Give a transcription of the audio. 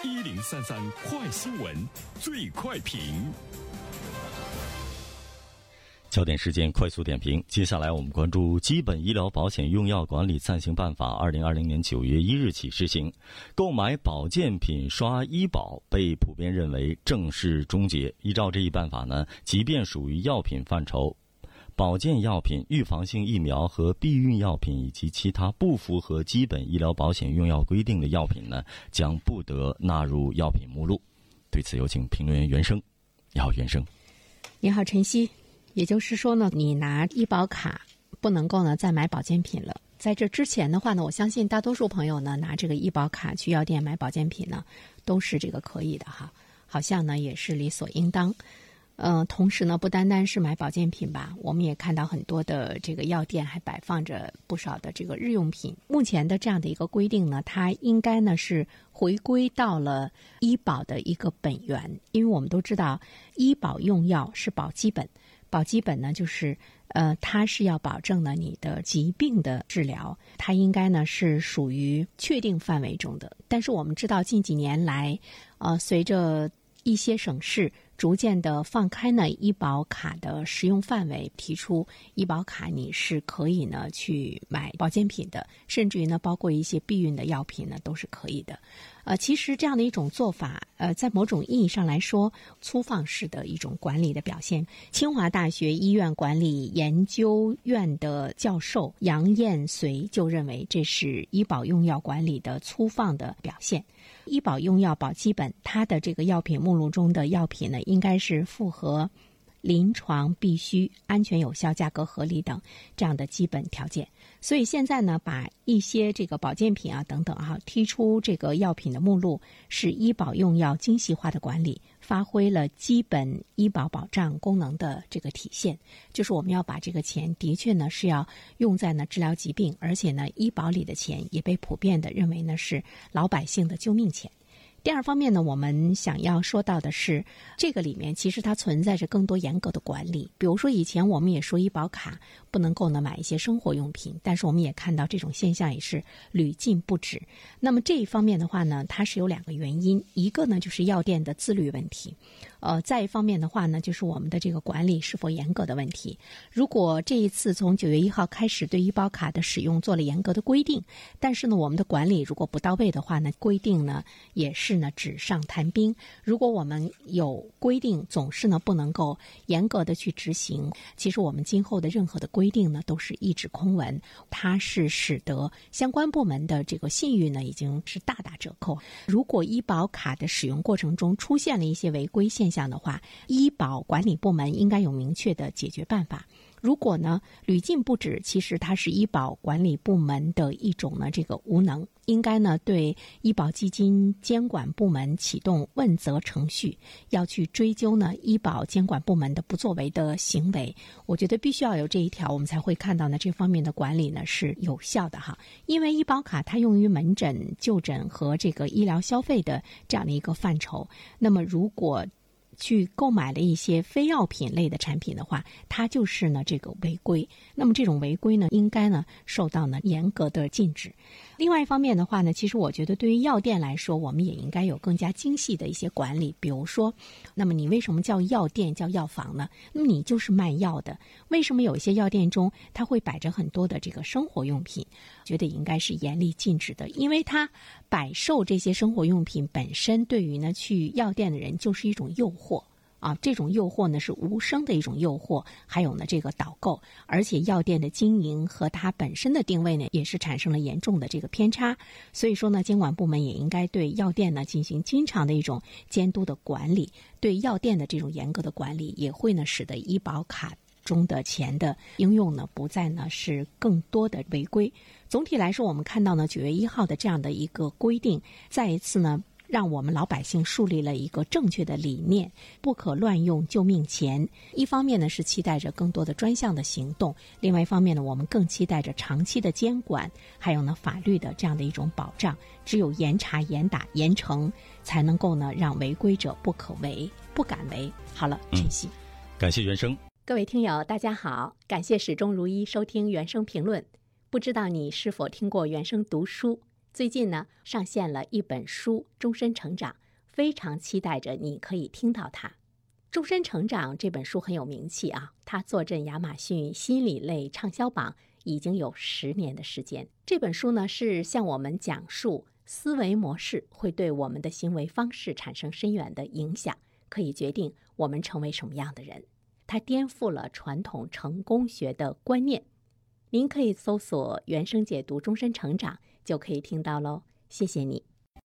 1033快新闻最快评。 焦点事件快速点评，接下来我们关注基本医疗保险用药管理暂行办法2020年9月1日起施行，购买保健品刷医保被普遍认为正式终结。依照这一办法呢，即便属于药品范畴，保健药品、预防性疫苗和避孕药品以及其他不符合基本医疗保险用药规定的药品呢，将不得纳入药品目录。对此有请评论员袁生。你好，袁生。 你好，晨曦。也就是说呢，你拿医保卡不能够呢再买保健品了。在这之前的话呢，我相信大多数朋友呢拿这个医保卡去药店买保健品呢，都是这个可以的哈，好像呢也是理所应当。同时呢，不单单是买保健品吧，我们也看到很多的这个药店还摆放着不少的这个日用品。目前的这样的一个规定呢，它应该呢是回归到了医保的一个本源，因为我们都知道医保用药是保基本。保基本呢，就是它是要保证呢你的疾病的治疗，它应该呢是属于确定范围中的。但是我们知道近几年来，随着一些省市逐渐的放开呢医保卡的使用范围，提出医保卡你是可以呢去买保健品的，甚至于呢包括一些避孕的药品呢都是可以的。其实这样的一种做法，在某种意义上来说，粗放式的一种管理的表现。清华大学医院管理研究院的教授杨燕绥就认为，这是医保用药管理的粗放的表现。医保用药保基本，它的这个药品目录中的药品呢，应该是符合临床必须、安全有效、价格合理等这样的基本条件。所以现在呢，把一些这个保健品啊等等踢出这个药品的目录，是医保用药精细化的管理，发挥了基本医保保障功能的这个体现。就是我们要把这个钱的确呢是要用在呢治疗疾病，而且呢医保里的钱也被普遍的认为呢是老百姓的救命钱。第二方面呢，我们想要说到的是，这个里面其实它存在着更多严格的管理。比如说以前我们也说医保卡不能够呢买一些生活用品，但是我们也看到这种现象也是屡禁不止。那么这一方面的话呢，它是有两个原因，一个呢就是药店的自律问题，再一方面的话呢，就是我们的这个管理是否严格的问题。如果这一次从9月1号开始对医保卡的使用做了严格的规定，但是呢我们的管理如果不到位的话呢，规定呢也是呢纸上谈兵。如果我们有规定总是呢不能够严格的去执行，其实我们今后的任何的规定呢都是一纸空文，它是使得相关部门的这个信誉呢已经是大打折扣。如果医保卡的使用过程中出现了一些违规现象的话，医保管理部门应该有明确的解决办法。如果呢屡禁不止，其实它是医保管理部门的一种呢这个无能，应该呢对医保基金监管部门启动问责程序，要去追究呢医保监管部门的不作为的行为。我觉得必须要有这一条，我们才会看到呢这方面的管理呢是有效的哈。因为医保卡它用于门诊、就诊和这个医疗消费的这样的一个范畴，那么如果去购买了一些非药品类的产品的话，它就是呢这个违规。那么这种违规呢，应该呢受到呢严格的禁止。另外一方面的话呢，其实我觉得对于药店来说，我们也应该有更加精细的一些管理。比如说，那么你为什么叫药店、叫药房呢？那么你就是卖药的，为什么有一些药店中它会摆着很多的这个生活用品？觉得应该是严厉禁止的，因为它摆售这些生活用品本身对于呢去药店的人就是一种诱惑。这种诱惑呢是无声的一种诱惑，还有呢这个导购，而且药店的经营和它本身的定位呢也是产生了严重的这个偏差。所以说呢，监管部门也应该对药店呢进行经常的一种监督的管理，对药店的这种严格的管理，也会呢使得医保卡中的钱的应用呢不再呢是更多的违规。总体来说，我们看到呢9月1号的这样的一个规定，再一次呢让我们老百姓树立了一个正确的理念，不可乱用救命钱。一方面呢是期待着更多的专项的行动，另外一方面呢我们更期待着长期的监管，还有呢法律的这样的一种保障。只有严查严打严惩，才能够呢让违规者不可为不敢为。好了，晨曦， 感谢原生。 各位听友大家好，感谢始终如一收听原声评论。不知道你是否听过原声读书， 最近呢，上线了一本书《终身成长》，非常期待着你可以听到它。《终身成长》这本书很有名气啊，它坐镇亚马逊心理类畅销榜已经有10年的时间。这本书呢，是向我们讲述思维模式会对我们的行为方式产生深远的影响，可以决定我们成为什么样的人。它颠覆了传统成功学的观念。您可以搜索原声解读终身成长就可以听到喽，谢谢你。